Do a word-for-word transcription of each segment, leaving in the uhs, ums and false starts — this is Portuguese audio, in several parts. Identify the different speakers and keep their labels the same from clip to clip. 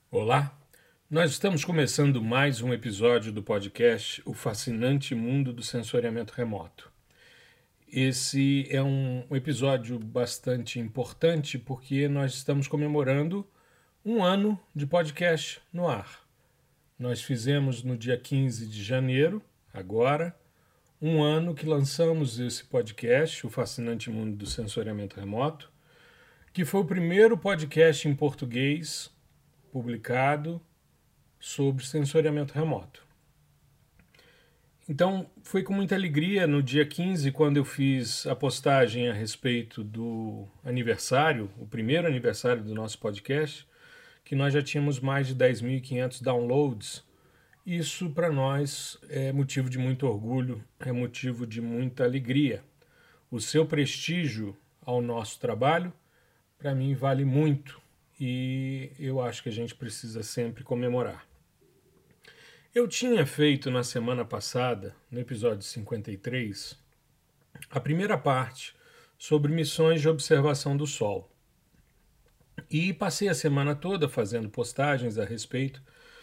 Speaker 1: Olá, nós estamos começando mais um episódio do podcast O Fascinante Mundo do Sensoriamento Remoto. Esse é um episódio bastante importante porque nós estamos comemorando um ano de podcast no ar. Nós fizemos no dia quinze de janeiro, agora, um ano que lançamos esse podcast, O Fascinante Mundo do Sensoriamento Remoto, que foi o primeiro podcast em português publicado sobre sensoriamento remoto. Então, foi com muita alegria no dia quinze, quando eu fiz a postagem a respeito do aniversário, o primeiro aniversário do nosso podcast, que nós já tínhamos mais de dez mil e quinhentos downloads. Isso, para nós, é motivo de muito orgulho, é motivo de muita alegria. O seu prestígio ao nosso trabalho, para mim, vale muito e eu acho que a gente precisa sempre comemorar. Eu tinha feito na semana passada, no episódio cinquenta e três, a primeira parte sobre missões de observação do Sol. E passei a semana toda fazendo postagens a respeito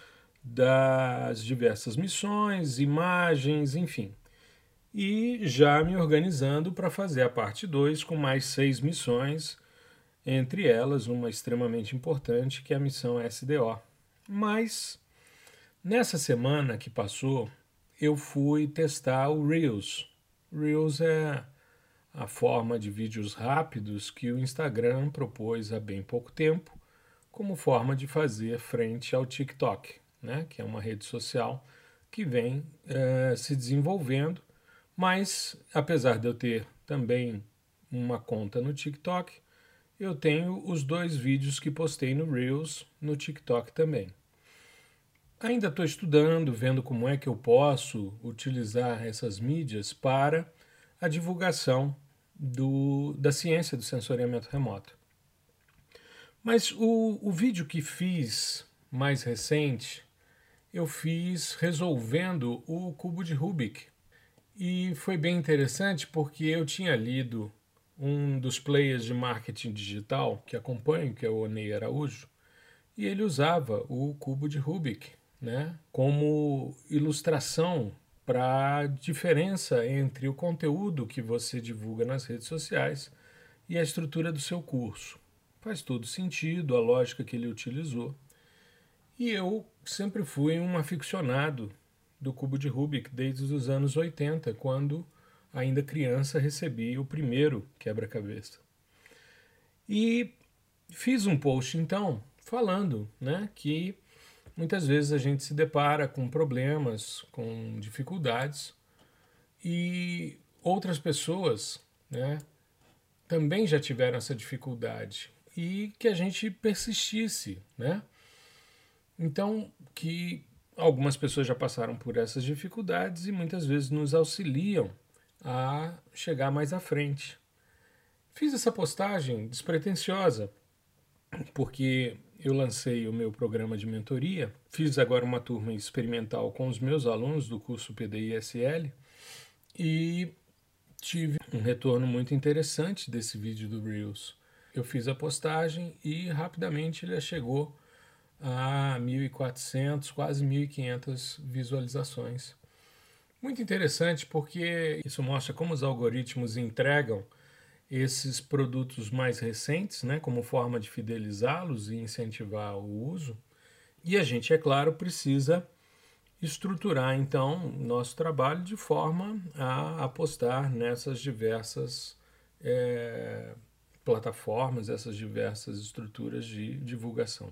Speaker 1: das diversas missões, imagens, enfim. E já me organizando para fazer a parte dois com mais seis missões, entre elas uma extremamente importante, que é a missão S D O. Mas nessa semana que passou, eu fui testar o Reels. Reels é a forma de vídeos rápidos que o Instagram propôs há bem pouco tempo, como forma de fazer frente ao TikTok, né? Que é uma rede social que vem é, se desenvolvendo, mas apesar de eu ter também uma conta no TikTok, eu tenho os dois vídeos que postei no Reels no TikTok também. Ainda estou estudando, vendo como é que eu posso utilizar essas mídias para a divulgação do, da ciência do sensoriamento remoto. Mas o, o vídeo que fiz mais recente, eu fiz resolvendo o cubo de Rubik. E foi bem interessante porque eu tinha lido um dos players de marketing digital que acompanho, que é o Onei Araújo, e ele usava o cubo de Rubik, né, como ilustração para a diferença entre o conteúdo que você divulga nas redes sociais e a estrutura do seu curso. Faz todo sentido a lógica que ele utilizou. E eu sempre fui um aficionado do cubo de Rubik desde os anos oitenta, quando ainda criança recebi o primeiro quebra-cabeça. E fiz um post então falando, né, que muitas vezes a gente se depara com problemas, com dificuldades e outras pessoas, né, também já tiveram essa dificuldade e que a gente persistisse, né? Então, que algumas pessoas já passaram por essas dificuldades e muitas vezes nos auxiliam a chegar mais à frente. Fiz essa postagem despretensiosa, porque eu lancei o meu programa de mentoria, fiz agora uma turma experimental com os meus alunos do curso P D I S L e tive um retorno muito interessante desse vídeo do Reels. Eu fiz a postagem e rapidamente ele chegou a mil e quatrocentas, quase mil e quinhentas visualizações. Muito interessante porque isso mostra como os algoritmos entregam esses produtos mais recentes, né, como forma de fidelizá-los e incentivar o uso. E a gente, é claro, precisa estruturar então nosso trabalho de forma a apostar nessas diversas é, plataformas, essas diversas estruturas de divulgação.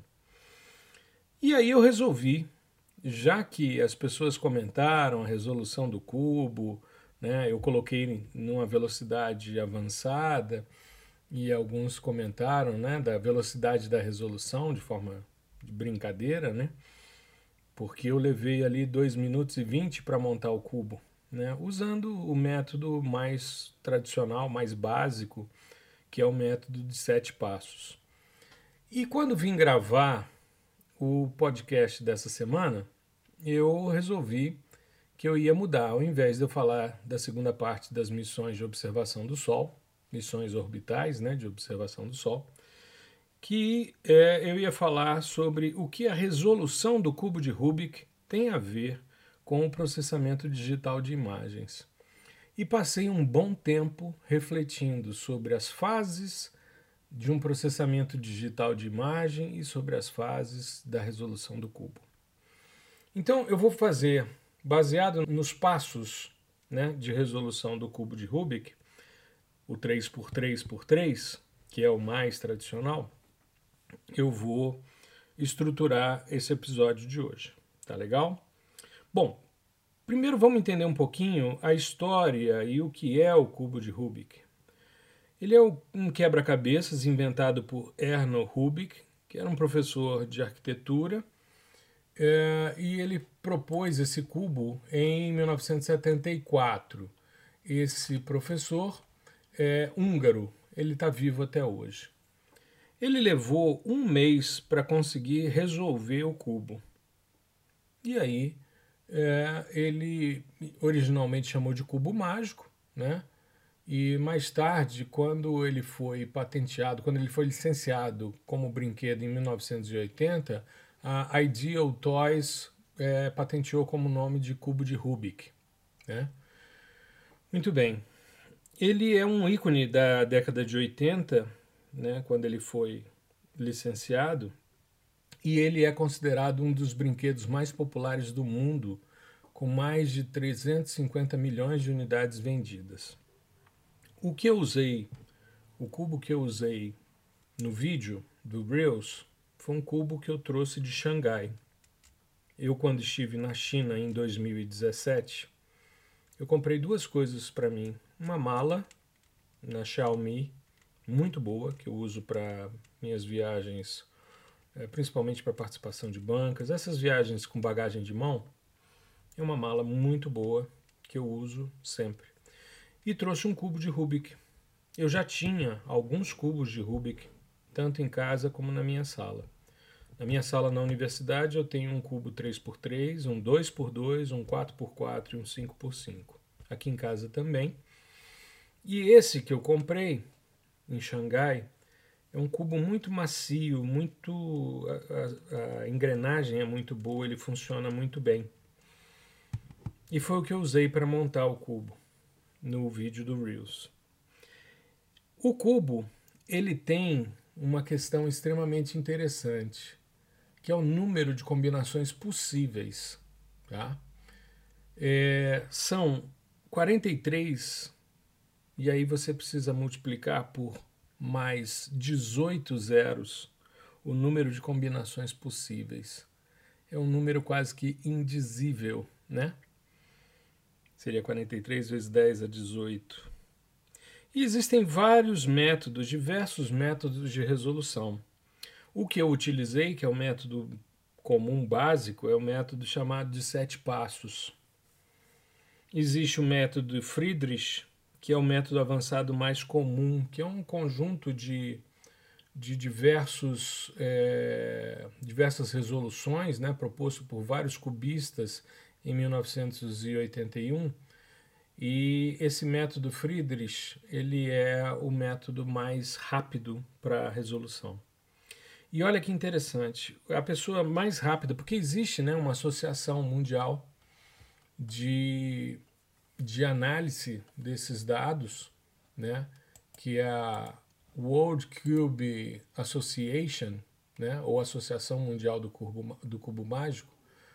Speaker 1: E aí eu resolvi, já que as pessoas comentaram a resolução do cubo, né, eu coloquei numa velocidade avançada e alguns comentaram, né, da velocidade da resolução de forma de brincadeira, né, porque eu levei ali dois minutos e vinte para montar o cubo, né, usando o método mais tradicional, mais básico, que é o método de sete passos. E quando vim gravar o podcast dessa semana, eu resolvi que eu ia mudar. Ao invés de eu falar da segunda parte das missões de observação do Sol, missões orbitais, né, de observação do Sol, que é, eu ia falar sobre o que a resolução do cubo de Rubik tem a ver com o processamento digital de imagens. E passei um bom tempo refletindo sobre as fases de um processamento digital de imagem e sobre as fases da resolução do cubo. Então eu vou fazer, baseado nos passos, né, de resolução do cubo de Rubik, o três por três por três, que é o mais tradicional, eu vou estruturar esse episódio de hoje. Tá legal? Bom, primeiro vamos entender um pouquinho a história e o que é o cubo de Rubik. Ele é um quebra-cabeças inventado por Erno Rubik, que era um professor de arquitetura, é, e ele propôs esse cubo em mil novecentos e setenta e quatro. Esse professor é húngaro, ele está vivo até hoje. Ele levou um mês para conseguir resolver o cubo. E aí, é, ele originalmente chamou de cubo mágico, né? E mais tarde, quando ele foi patenteado, quando ele foi licenciado como brinquedo em mil novecentos e oitenta, a Ideal Toys é, patenteou como nome de cubo de Rubik, né? Muito bem. Ele é um ícone da década de oitenta, né, quando ele foi licenciado, e ele é considerado um dos brinquedos mais populares do mundo, com mais de trezentos e cinquenta milhões de unidades vendidas. O que eu usei, o cubo que eu usei no vídeo do Reels, foi um cubo que eu trouxe de Xangai. Eu, quando estive na China em dois mil e dezessete, eu comprei duas coisas para mim. Uma mala na Xiaomi, muito boa, que eu uso para minhas viagens, principalmente para participação de bancas. Essas viagens com bagagem de mão, é uma mala muito boa, que eu uso sempre. E trouxe um cubo de Rubik. Eu já tinha alguns cubos de Rubik, tanto em casa como na minha sala. Na minha sala na universidade eu tenho um cubo três por três, um dois por dois, um quatro por quatro e um cinco por cinco. Aqui em casa também. E esse que eu comprei em Xangai é um cubo muito macio, muito a, a, a engrenagem é muito boa, ele funciona muito bem. E foi o que eu usei para montar o cubo no vídeo do Reels. O cubo, ele tem uma questão extremamente interessante, que é o número de combinações possíveis. Tá? É, são quarenta e três, e aí você precisa multiplicar por mais dezoito zeros o número de combinações possíveis. É um número quase que indizível, né? Seria quarenta e três vezes dez a dezoito. E existem vários métodos, diversos métodos de resolução. O que eu utilizei, que é o método comum básico, é o método chamado de sete passos. Existe o método Friedrich, que é o método avançado mais comum, que é um conjunto de, de diversos, é, diversas resoluções, né, proposto por vários cubistas em mil novecentos e oitenta e um. E esse método Friedrich, ele é o método mais rápido para resolução. E olha que interessante, a pessoa mais rápida, porque existe, né, uma associação mundial de, de análise desses dados, né, que é a World Cube Association, né, ou Associação Mundial do Cubo, do Cubo Mágico,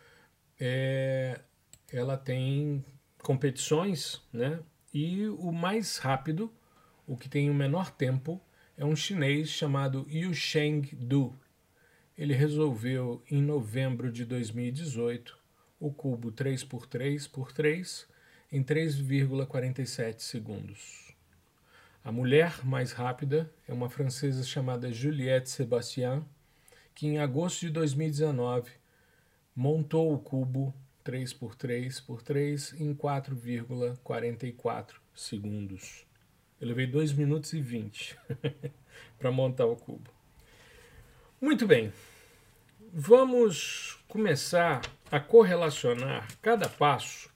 Speaker 1: é, ela tem competições, né, e o mais rápido, o que tem o menor tempo, é um chinês chamado Yu Sheng Du. Ele resolveu, em novembro de dois mil e dezoito, o cubo três por três por três em três vírgula quarenta e sete segundos. A mulher mais rápida é uma francesa chamada Juliette Sébastien, que em agosto de dois mil e dezenove montou o cubo três por três por três em quatro vírgula quarenta e quatro segundos. Eu levei dois minutos e vinte para montar o cubo. Muito bem, vamos começar a correlacionar cada passo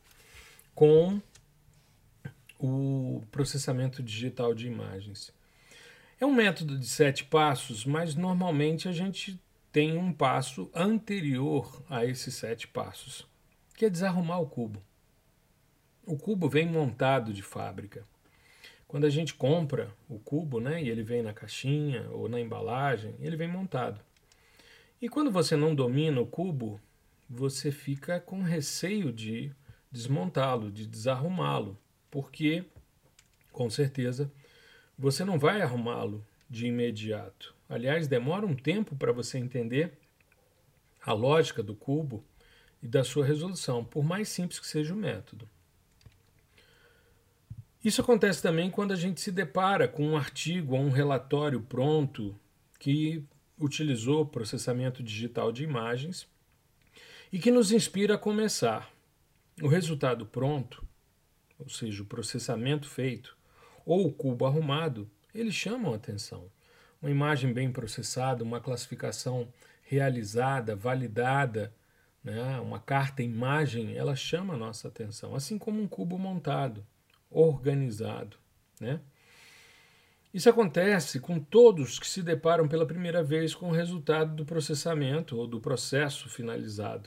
Speaker 1: com o processamento digital de imagens. É um método de sete passos, mas normalmente a gente tem um passo anterior a esses sete passos, que é desarrumar o cubo. O cubo vem montado de fábrica. Quando a gente compra o cubo, né, e ele vem na caixinha ou na embalagem, ele vem montado. E quando você não domina o cubo, você fica com receio de desmontá-lo, de desarrumá-lo, porque, com certeza, você não vai arrumá-lo de imediato. Aliás, demora um tempo para você entender a lógica do cubo e da sua resolução, por mais simples que seja o método. Isso acontece também quando a gente se depara com um artigo ou um relatório pronto que utilizou processamento digital de imagens e que nos inspira a começar. O resultado pronto, ou seja, o processamento feito, ou o cubo arrumado, eles chamam a atenção. Uma imagem bem processada, uma classificação realizada, validada, né, uma carta-imagem, ela chama a nossa atenção, assim como um cubo montado, organizado, né? Isso acontece com todos que se deparam pela primeira vez com o resultado do processamento ou do processo finalizado.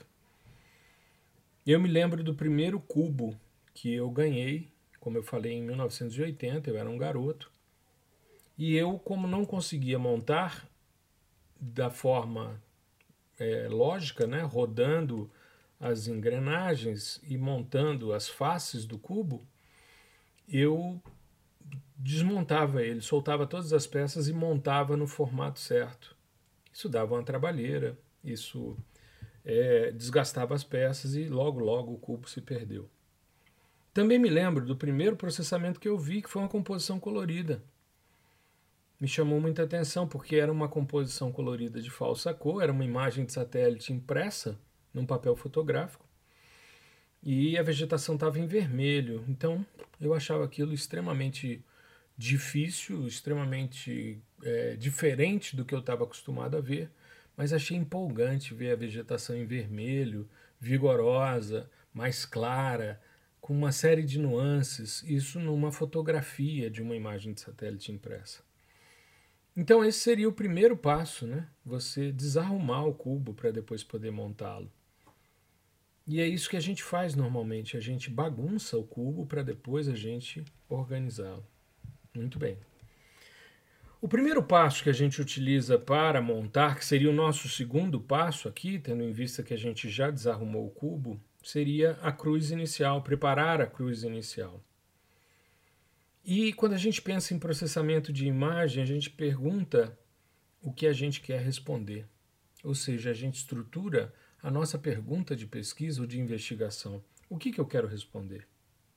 Speaker 1: Eu me lembro do primeiro cubo que eu ganhei, como eu falei, em mil novecentos e oitenta, eu era um garoto, e eu, como não conseguia montar da forma é, lógica, né, rodando as engrenagens e montando as faces do cubo, eu desmontava ele, soltava todas as peças e montava no formato certo. Isso dava uma trabalheira, isso é, desgastava as peças e logo, logo o cubo se perdeu. Também me lembro do primeiro processamento que eu vi, que foi uma composição colorida. Me chamou muita atenção porque era uma composição colorida de falsa cor, era uma imagem de satélite impressa num papel fotográfico e a vegetação estava em vermelho. Então eu achava aquilo extremamente difícil, extremamente é, diferente do que eu estava acostumado a ver, mas achei empolgante ver a vegetação em vermelho, vigorosa, mais clara, com uma série de nuances, isso numa fotografia de uma imagem de satélite impressa. Então esse seria o primeiro passo, né? Você desarrumar o cubo para depois poder montá-lo. E é isso que a gente faz normalmente, a gente bagunça o cubo para depois a gente organizá-lo. Muito bem. O primeiro passo que a gente utiliza para montar, que seria o nosso segundo passo aqui, tendo em vista que a gente já desarrumou o cubo, seria a cruz inicial, preparar a cruz inicial. E quando a gente pensa em processamento de imagem, a gente pergunta o que a gente quer responder. Ou seja, a gente estrutura a nossa pergunta de pesquisa ou de investigação. O que, que eu quero responder?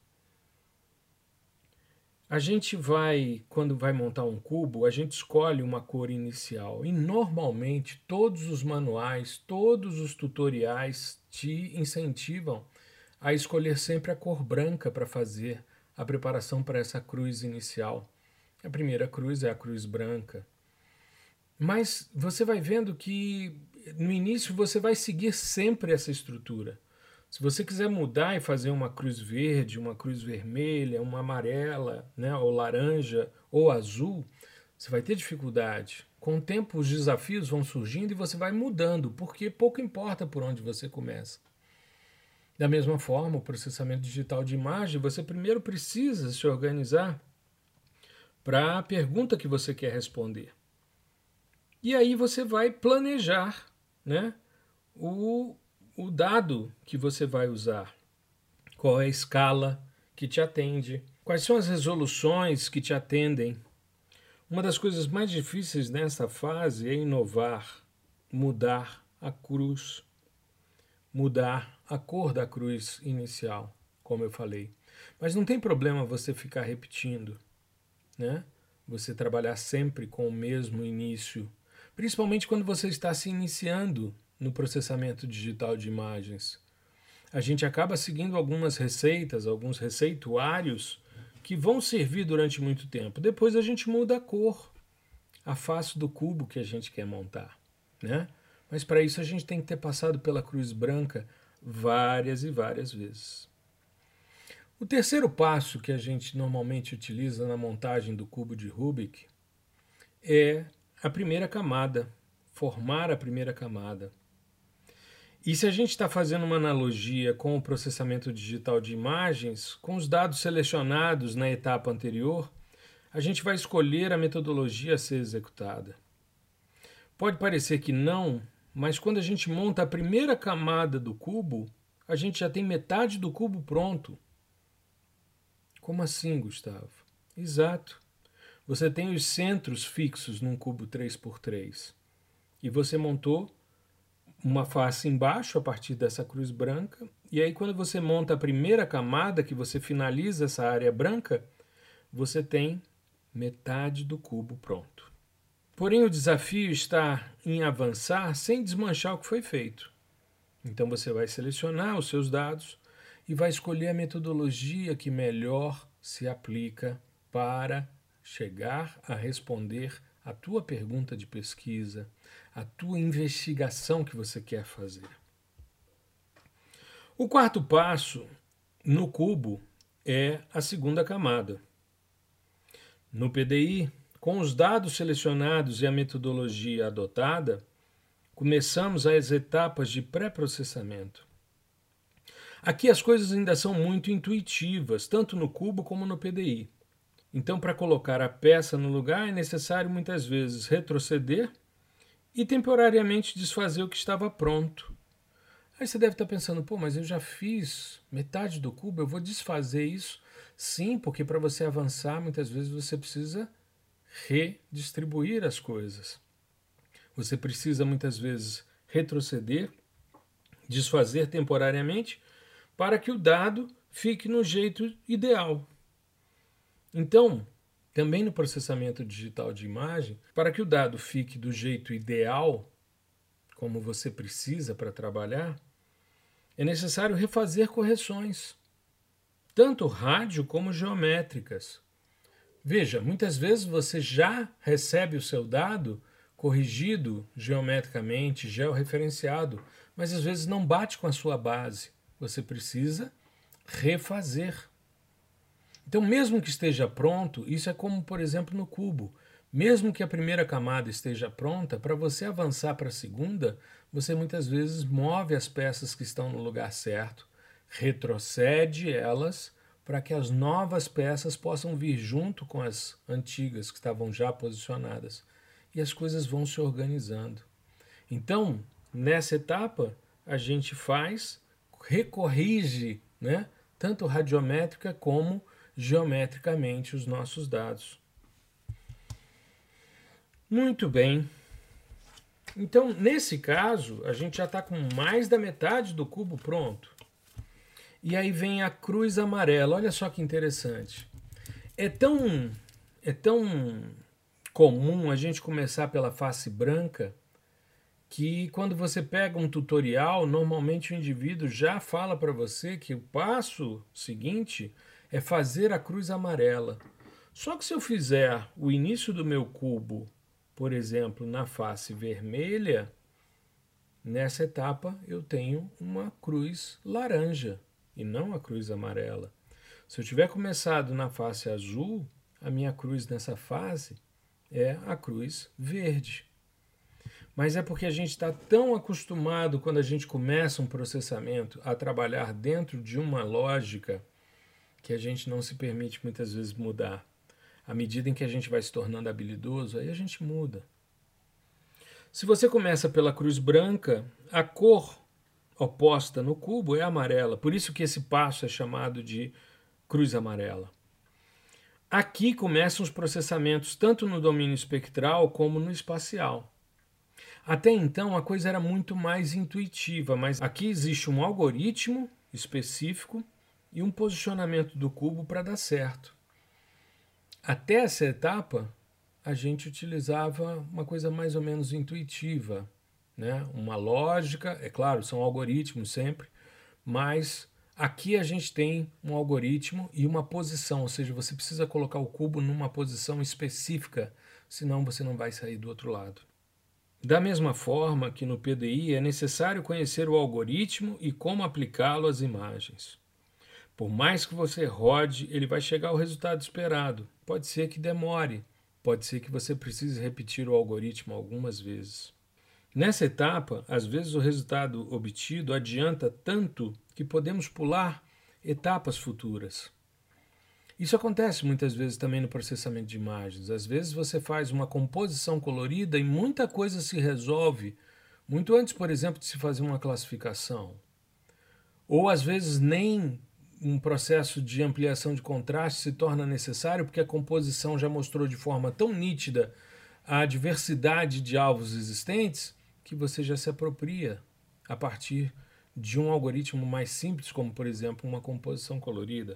Speaker 1: A gente vai, quando vai montar um cubo, a gente escolhe uma cor inicial. E normalmente todos os manuais, todos os tutoriais te incentivam a escolher sempre a cor branca para fazer a preparação para essa cruz inicial. A primeira cruz é a cruz branca. Mas você vai vendo que no início você vai seguir sempre essa estrutura. Se você quiser mudar e fazer uma cruz verde, uma cruz vermelha, uma amarela, né, ou laranja, ou azul, você vai ter dificuldade. Com o tempo os desafios vão surgindo e você vai mudando, porque pouco importa por onde você começa. Da mesma forma, o processamento digital de imagem, você primeiro precisa se organizar para a pergunta que você quer responder. E aí você vai planejar, né, o, o dado que você vai usar. Qual é a escala que te atende? Quais são as resoluções que te atendem? Uma das coisas mais difíceis nessa fase é inovar, mudar a cruz, mudar a cor da cruz inicial, como eu falei. Mas não tem problema você ficar repetindo, né? Você trabalhar sempre com o mesmo início, principalmente quando você está se iniciando no processamento digital de imagens. A gente acaba seguindo algumas receitas, alguns receituários que vão servir durante muito tempo. Depois a gente muda a cor, a face do cubo que a gente quer montar, né? Mas para isso a gente tem que ter passado pela cruz branca várias e várias vezes. O terceiro passo que a gente normalmente utiliza na montagem do cubo de Rubik é a primeira camada, formar a primeira camada. E se a gente está fazendo uma analogia com o processamento digital de imagens, com os dados selecionados na etapa anterior, a gente vai escolher a metodologia a ser executada. Pode parecer que não, mas quando a gente monta a primeira camada do cubo, a gente já tem metade do cubo pronto. Como assim, Gustavo? Exato. Você tem os centros fixos num cubo três por três e você montou uma face embaixo a partir dessa cruz branca, e aí quando você monta a primeira camada, que você finaliza essa área branca, você tem metade do cubo pronto. Porém, o desafio está em avançar sem desmanchar o que foi feito. Então você vai selecionar os seus dados e vai escolher a metodologia que melhor se aplica para chegar a responder a tua pergunta de pesquisa, a tua investigação que você quer fazer. O quarto passo no cubo é a segunda camada. No P D I, com os dados selecionados e a metodologia adotada, começamos as etapas de pré-processamento. Aqui as coisas ainda são muito intuitivas, tanto no cubo como no P D I. Então, para colocar a peça no lugar, é necessário muitas vezes retroceder e temporariamente desfazer o que estava pronto. Aí você deve estar pensando, pô, mas eu já fiz metade do cubo, eu vou desfazer isso? Sim, porque para você avançar, muitas vezes você precisa redistribuir as coisas. Você precisa muitas vezes retroceder, desfazer temporariamente, para que o dado fique no jeito ideal. Então, também no processamento digital de imagem, para que o dado fique do jeito ideal, como você precisa para trabalhar, é necessário refazer correções, tanto rádio como geométricas. Veja, muitas vezes você já recebe o seu dado corrigido geometricamente, georreferenciado, mas às vezes não bate com a sua base. Você precisa refazer. Então, mesmo que esteja pronto, isso é como, por exemplo, no cubo. Mesmo que a primeira camada esteja pronta, para você avançar para a segunda, você muitas vezes move as peças que estão no lugar certo, retrocede elas para que as novas peças possam vir junto com as antigas que estavam já posicionadas. E as coisas vão se organizando. Então, nessa etapa, a gente faz, recorrige, né, tanto radiométrica como geometricamente os nossos dados. Muito bem. Então, nesse caso, a gente já está com mais da metade do cubo pronto. E aí vem a cruz amarela. Olha só que interessante. É tão, é tão comum a gente começar pela face branca que quando você pega um tutorial, normalmente o indivíduo já fala para você que o passo seguinte é fazer a cruz amarela. Só que se eu fizer o início do meu cubo, por exemplo, na face vermelha, nessa etapa eu tenho uma cruz laranja e não a cruz amarela. Se eu tiver começado na face azul, a minha cruz nessa fase é a cruz verde. Mas é porque a gente está tão acostumado, quando a gente começa um processamento, a trabalhar dentro de uma lógica que a gente não se permite muitas vezes mudar. À medida em que a gente vai se tornando habilidoso, aí a gente muda. Se você começa pela cruz branca, a cor oposta no cubo é amarela. Por isso que esse passo é chamado de cruz amarela. Aqui começam os processamentos tanto no domínio espectral como no espacial. Até então a coisa era muito mais intuitiva, mas aqui existe um algoritmo específico e um posicionamento do cubo para dar certo. Até essa etapa, a gente utilizava uma coisa mais ou menos intuitiva, né? Uma lógica, é claro, são algoritmos sempre, mas aqui a gente tem um algoritmo e uma posição, ou seja, você precisa colocar o cubo numa posição específica, senão você não vai sair do outro lado. Da mesma forma que no P D I é necessário conhecer o algoritmo e como aplicá-lo às imagens. Por mais que você rode, ele vai chegar ao resultado esperado. Pode ser que demore, pode ser que você precise repetir o algoritmo algumas vezes. Nessa etapa, às vezes o resultado obtido adianta tanto que podemos pular etapas futuras. Isso acontece muitas vezes também no processamento de imagens. Às vezes você faz uma composição colorida e muita coisa se resolve muito antes, por exemplo, de se fazer uma classificação. Ou às vezes nem um processo de ampliação de contraste se torna necessário porque a composição já mostrou de forma tão nítida a diversidade de alvos existentes que você já se apropria a partir de um algoritmo mais simples, como por exemplo uma composição colorida.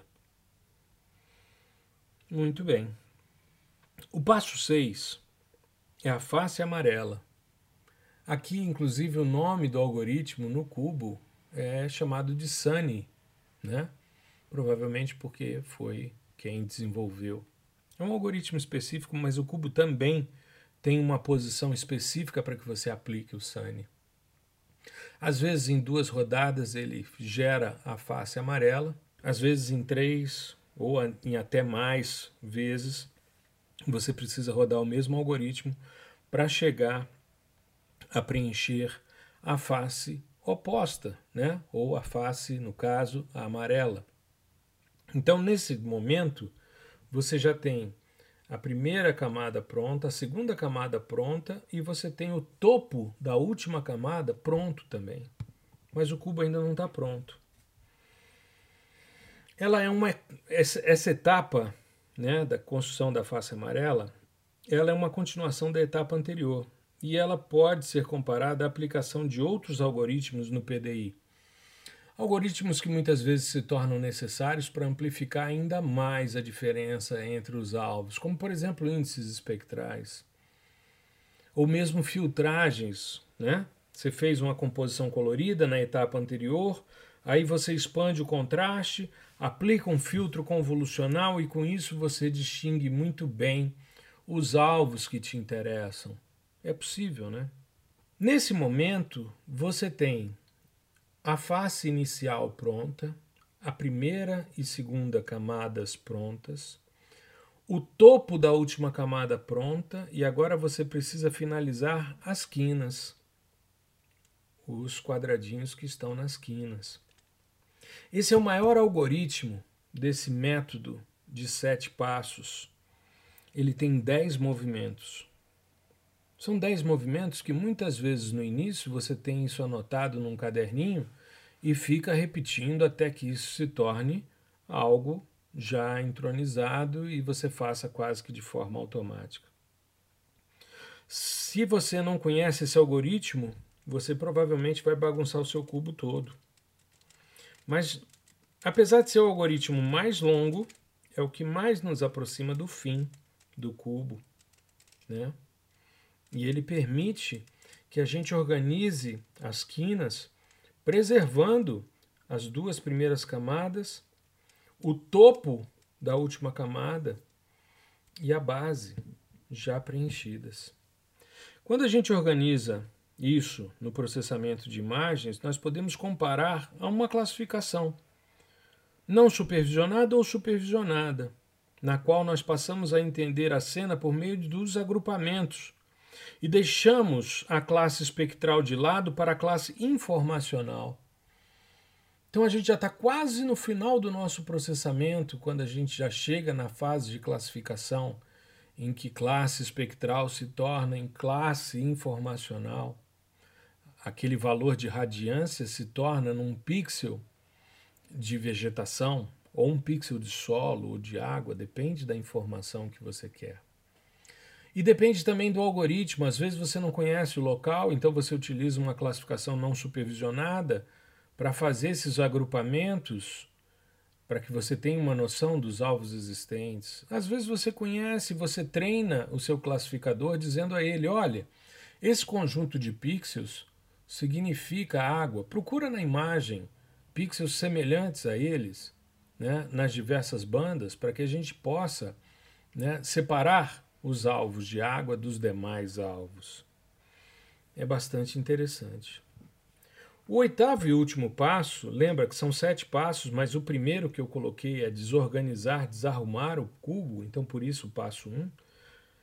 Speaker 1: Muito bem. O passo seis é a face amarela. Aqui, inclusive, o nome do algoritmo no cubo é chamado de Sunny, né? Provavelmente porque foi quem desenvolveu. É um algoritmo específico, mas o cubo também tem uma posição específica para que você aplique o Sunny. Às vezes, em duas rodadas, ele gera a face amarela, às vezes em três ou em até mais vezes, você precisa rodar o mesmo algoritmo para chegar a preencher a face oposta, né? Ou a face, no caso, a amarela. Então, nesse momento, você já tem a primeira camada pronta, a segunda camada pronta e você tem o topo da última camada pronto também. Mas o cubo ainda não está pronto. Ela é uma, essa, essa etapa, né, da construção da face amarela, ela é uma continuação da etapa anterior. E ela pode ser comparada à aplicação de outros algoritmos no P D I. Algoritmos que muitas vezes se tornam necessários para amplificar ainda mais a diferença entre os alvos, como por exemplo índices espectrais. Ou mesmo filtragens, né? Você fez uma composição colorida na etapa anterior, aí você expande o contraste, aplica um filtro convolucional e com isso você distingue muito bem os alvos que te interessam. É possível, né? Nesse momento, você tem a face inicial pronta, a primeira e segunda camadas prontas, o topo da última camada pronta e agora você precisa finalizar as quinas, os quadradinhos que estão nas quinas. Esse é o maior algoritmo desse método de sete passos. Ele tem dez movimentos. São dez movimentos que muitas vezes no início você tem isso anotado num caderninho e fica repetindo até que isso se torne algo já entronizado e você faça quase que de forma automática. Se você não conhece esse algoritmo, você provavelmente vai bagunçar o seu cubo todo. Mas, apesar de ser o algoritmo mais longo, é o que mais nos aproxima do fim do cubo, né? E ele permite que a gente organize as quinas, preservando as duas primeiras camadas, o topo da última camada e a base já preenchidas. Quando a gente organiza isso no processamento de imagens, nós podemos comparar a uma classificação não supervisionada ou supervisionada, na qual nós passamos a entender a cena por meio dos agrupamentos e deixamos a classe espectral de lado para a classe informacional. Então a gente já está quase no final do nosso processamento, quando a gente já chega na fase de classificação, em que classe espectral se torna em classe informacional. Aquele valor de radiância se torna num pixel de vegetação, ou um pixel de solo ou de água, depende da informação que você quer. E depende também do algoritmo. Às vezes você não conhece o local, então você utiliza uma classificação não supervisionada para fazer esses agrupamentos, para que você tenha uma noção dos alvos existentes. Às vezes você conhece, você treina o seu classificador dizendo a ele, olha, esse conjunto de pixels significa água. Procura na imagem pixels semelhantes a eles, né, nas diversas bandas, para que a gente possa, né, separar os alvos de água dos demais alvos. É bastante interessante. O oitavo e último passo, lembra que são sete passos, mas o primeiro que eu coloquei é desorganizar, desarrumar o cubo, então por isso o passo um.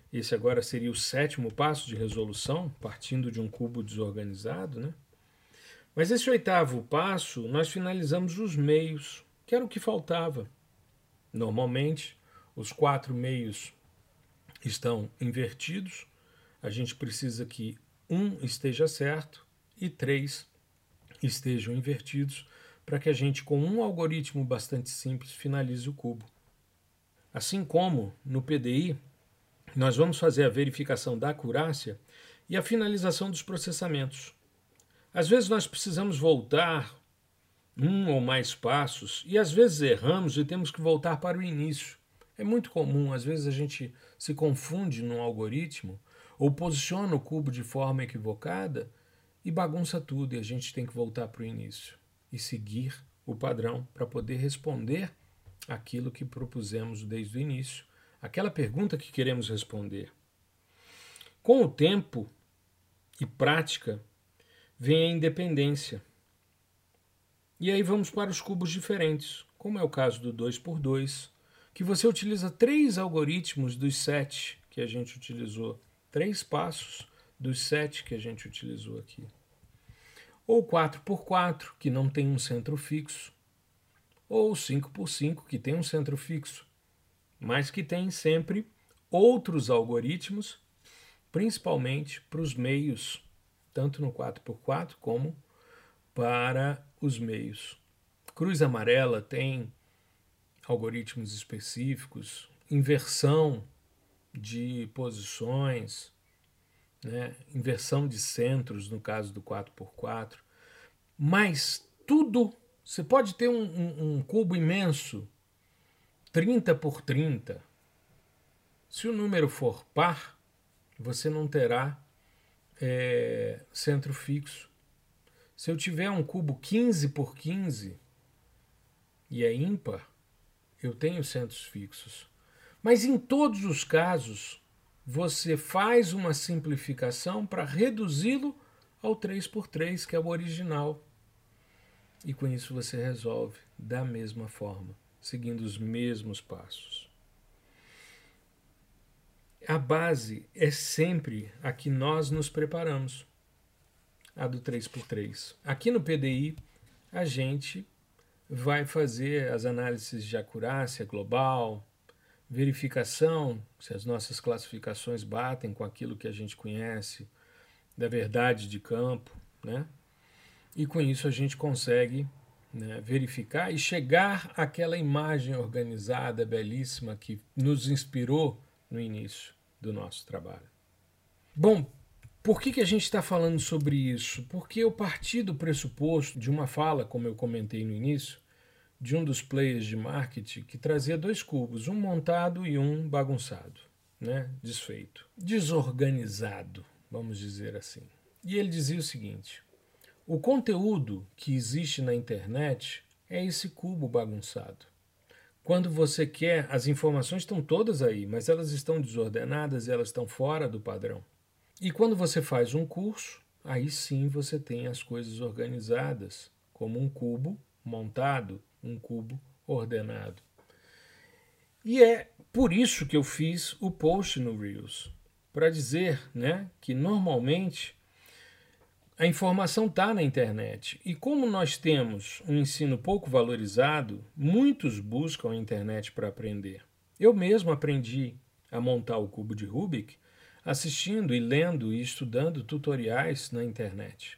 Speaker 1: Esse agora seria o sétimo passo de resolução, partindo de um cubo desorganizado, né? Mas esse oitavo passo, nós finalizamos os meios, que era o que faltava. Normalmente, os quatro meios estão invertidos. A gente precisa que um esteja certo e três estejam invertidos para que a gente, com um algoritmo bastante simples, finalize o cubo. Assim como no P D I, nós vamos fazer a verificação da acurácia e a finalização dos processamentos. Às vezes nós precisamos voltar um ou mais passos e às vezes erramos e temos que voltar para o início. É muito comum, às vezes a gente se confunde num algoritmo ou posiciona o cubo de forma equivocada e bagunça tudo, e a gente tem que voltar para o início e seguir o padrão para poder responder aquilo que propusemos desde o início, aquela pergunta que queremos responder. Com o tempo e prática vem a independência. E aí vamos para os cubos diferentes, como é o caso do dois por dois, que você utiliza três algoritmos dos sete que a gente utilizou, três passos dos sete que a gente utilizou aqui. Ou quatro por quatro, que não tem um centro fixo, ou cinco por cinco, que tem um centro fixo, mas que tem sempre outros algoritmos, principalmente para os meios, tanto no quatro por quatro como para os meios. Cruz amarela tem algoritmos específicos, inversão de posições, né? Inversão de centros no caso do quatro por quatro, mas tudo, você pode ter um, um, um cubo imenso, trinta por trinta, se o número for par, você não terá é, centro fixo. Se eu tiver um cubo quinze por quinze e é ímpar, eu tenho centros fixos. Mas em todos os casos, você faz uma simplificação para reduzi-lo ao três por três, que é o original. E com isso você resolve da mesma forma, seguindo os mesmos passos. A base é sempre a que nós nos preparamos, a do três por três. Aqui no P D I, a gente vai fazer as análises de acurácia global, verificação se as nossas classificações batem com aquilo que a gente conhece da verdade de campo, né? E com isso a gente consegue, né, verificar e chegar àquela imagem organizada, belíssima, que nos inspirou no início do nosso trabalho. Bom, por que, que a gente está falando sobre isso? Porque eu parti do pressuposto de uma fala, como eu comentei no início, de um dos players de marketing que trazia dois cubos, um montado e um bagunçado, né? Desfeito, desorganizado, vamos dizer assim. E ele dizia o seguinte: o conteúdo que existe na internet é esse cubo bagunçado. Quando você quer, as informações estão todas aí, mas elas estão desordenadas e elas estão fora do padrão. E quando você faz um curso, aí sim você tem as coisas organizadas, como um cubo montado, um cubo ordenado. E é por isso que eu fiz o post no Reels, para dizer, né, que normalmente a informação está na internet. E como nós temos um ensino pouco valorizado, muitos buscam a internet para aprender. Eu mesmo aprendi a montar o cubo de Rubik assistindo e lendo e estudando tutoriais na internet.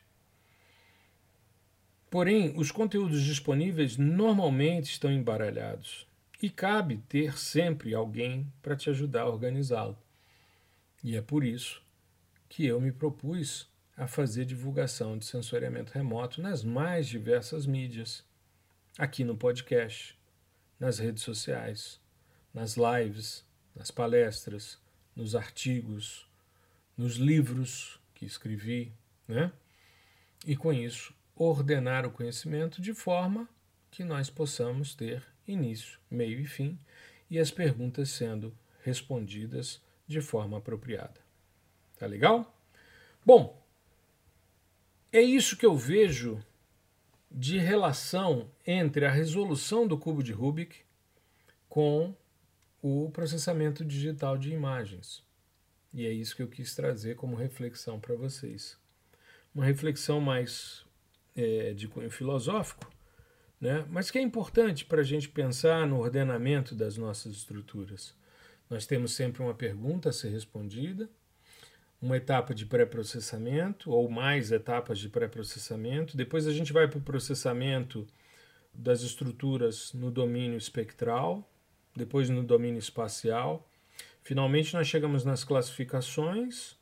Speaker 1: Porém, os conteúdos disponíveis normalmente estão embaralhados e cabe ter sempre alguém para te ajudar a organizá-lo. E é por isso que eu me propus a fazer divulgação de sensoriamento remoto nas mais diversas mídias, aqui no podcast, nas redes sociais, nas lives, nas palestras, nos artigos, nos livros que escrevi, né? E com isso ordenar o conhecimento de forma que nós possamos ter início, meio e fim, e as perguntas sendo respondidas de forma apropriada. Tá legal? Bom, é isso que eu vejo de relação entre a resolução do cubo de Rubik com o processamento digital de imagens. E é isso que eu quis trazer como reflexão para vocês. Uma reflexão mais é, de cunho filosófico, né? Mas que é importante para a gente pensar no ordenamento das nossas estruturas. Nós temos sempre uma pergunta a ser respondida, uma etapa de pré-processamento ou mais etapas de pré-processamento. Depois a gente vai para o processamento das estruturas no domínio espectral, depois no domínio espacial. Finalmente nós chegamos nas classificações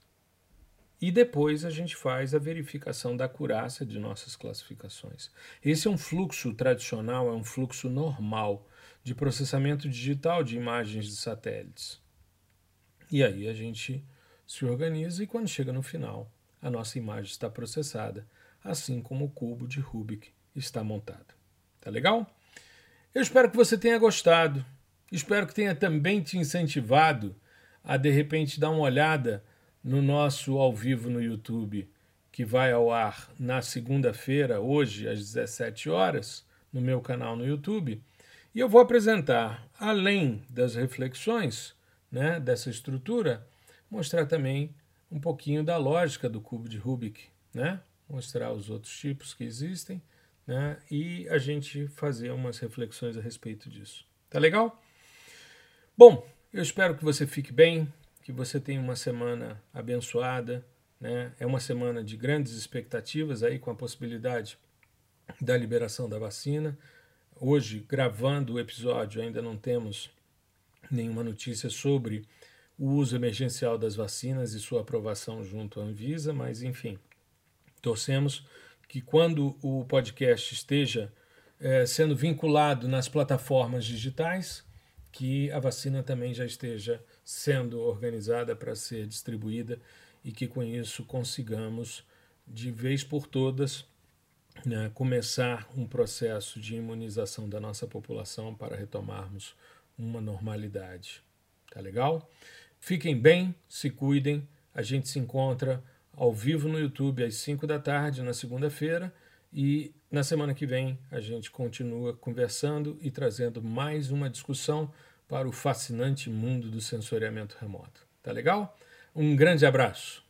Speaker 1: e depois a gente faz a verificação da acurácia de nossas classificações. Esse é um fluxo tradicional, é um fluxo normal de processamento digital de imagens de satélites. E aí a gente se organiza e quando chega no final, a nossa imagem está processada, assim como o cubo de Rubik está montado. Tá legal? Eu espero que você tenha gostado. Espero que tenha também te incentivado a, de repente, dar uma olhada no nosso ao vivo no YouTube, que vai ao ar na segunda-feira, hoje, às dezessete horas, no meu canal no YouTube. E eu vou apresentar, além das reflexões, né, dessa estrutura, mostrar também um pouquinho da lógica do cubo de Rubik, né? Mostrar os outros tipos que existem, né? E a gente fazer umas reflexões a respeito disso. Tá legal? Bom, eu espero que você fique bem, que você tenha uma semana abençoada, né? É uma semana de grandes expectativas aí com a possibilidade da liberação da vacina. Hoje, gravando o episódio, ainda não temos nenhuma notícia sobre o uso emergencial das vacinas e sua aprovação junto à Anvisa, mas enfim, torcemos que quando o podcast esteja é, sendo vinculado nas plataformas digitais, que a vacina também já esteja sendo organizada para ser distribuída e que com isso consigamos, de vez por todas, né, começar um processo de imunização da nossa população para retomarmos uma normalidade. Tá legal? Fiquem bem, se cuidem. A gente se encontra ao vivo no YouTube às cinco da tarde na segunda-feira e na semana que vem a gente continua conversando e trazendo mais uma discussão para o fascinante mundo do sensoriamento remoto. Tá legal? Um grande abraço.